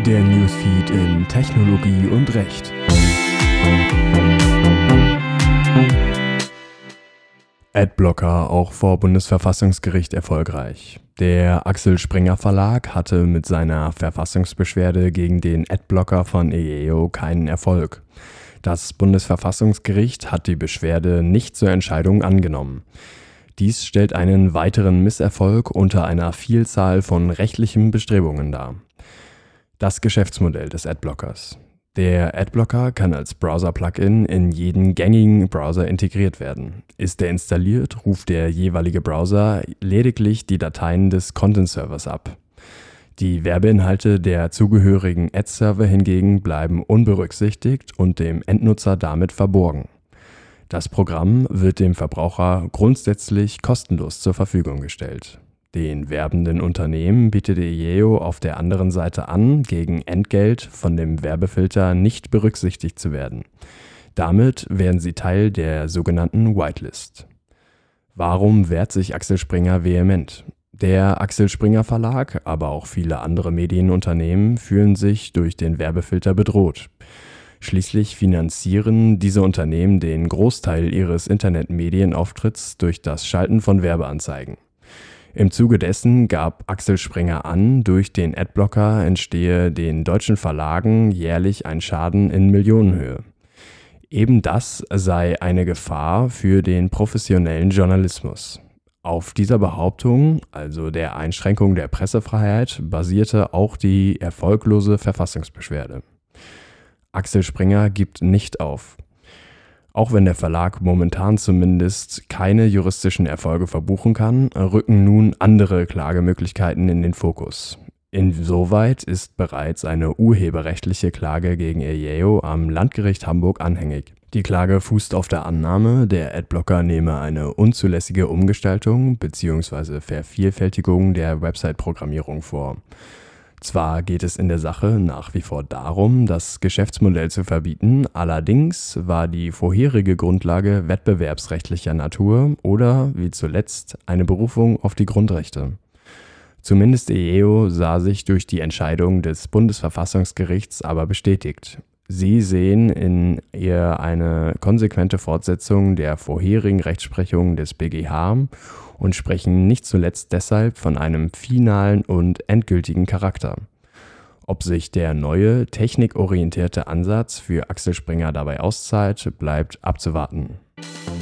Der Newsfeed in Technologie und Recht. Adblocker auch vor Bundesverfassungsgericht erfolgreich. Der Axel Springer Verlag hatte mit seiner Verfassungsbeschwerde gegen den Adblocker von EEO keinen Erfolg. Das Bundesverfassungsgericht hat die Beschwerde nicht zur Entscheidung angenommen. Dies stellt einen weiteren Misserfolg unter einer Vielzahl von rechtlichen Bestrebungen dar. Das Geschäftsmodell des Adblockers. Der Adblocker kann als Browser-Plugin in jeden gängigen Browser integriert werden. Ist er installiert, ruft der jeweilige Browser lediglich die Dateien des Content-Servers ab. Die Werbeinhalte der zugehörigen Ad-Server hingegen bleiben unberücksichtigt und dem Endnutzer damit verborgen. Das Programm wird dem Verbraucher grundsätzlich kostenlos zur Verfügung gestellt. Den werbenden Unternehmen bietet EEO auf der anderen Seite an, gegen Entgelt von dem Werbefilter nicht berücksichtigt zu werden. Damit werden sie Teil der sogenannten Whitelist. Warum wehrt sich Axel Springer vehement? Der Axel Springer Verlag, aber auch viele andere Medienunternehmen fühlen sich durch den Werbefilter bedroht. Schließlich finanzieren diese Unternehmen den Großteil ihres Internetmedienauftritts durch das Schalten von Werbeanzeigen. Im Zuge dessen gab Axel Springer an, durch den Adblocker entstehe den deutschen Verlagen jährlich ein Schaden in Millionenhöhe. Eben das sei eine Gefahr für den professionellen Journalismus. Auf dieser Behauptung, also der Einschränkung der Pressefreiheit, basierte auch die erfolglose Verfassungsbeschwerde. Axel Springer gibt nicht auf. Auch wenn der Verlag momentan zumindest keine juristischen Erfolge verbuchen kann, rücken nun andere Klagemöglichkeiten in den Fokus. Insoweit ist bereits eine urheberrechtliche Klage gegen EEO am Landgericht Hamburg anhängig. Die Klage fußt auf der Annahme, der Adblocker nehme eine unzulässige Umgestaltung bzw. Vervielfältigung der Website-Programmierung vor. Zwar geht es in der Sache nach wie vor darum, das Geschäftsmodell zu verbieten, allerdings war die vorherige Grundlage wettbewerbsrechtlicher Natur oder, wie zuletzt, eine Berufung auf die Grundrechte. Zumindest EEO sah sich durch die Entscheidung des Bundesverfassungsgerichts aber bestätigt. Sie sehen in ihr eine konsequente Fortsetzung der vorherigen Rechtsprechung des BGH und sprechen nicht zuletzt deshalb von einem finalen und endgültigen Charakter. Ob sich der neue, technikorientierte Ansatz für Axel Springer dabei auszahlt, bleibt abzuwarten.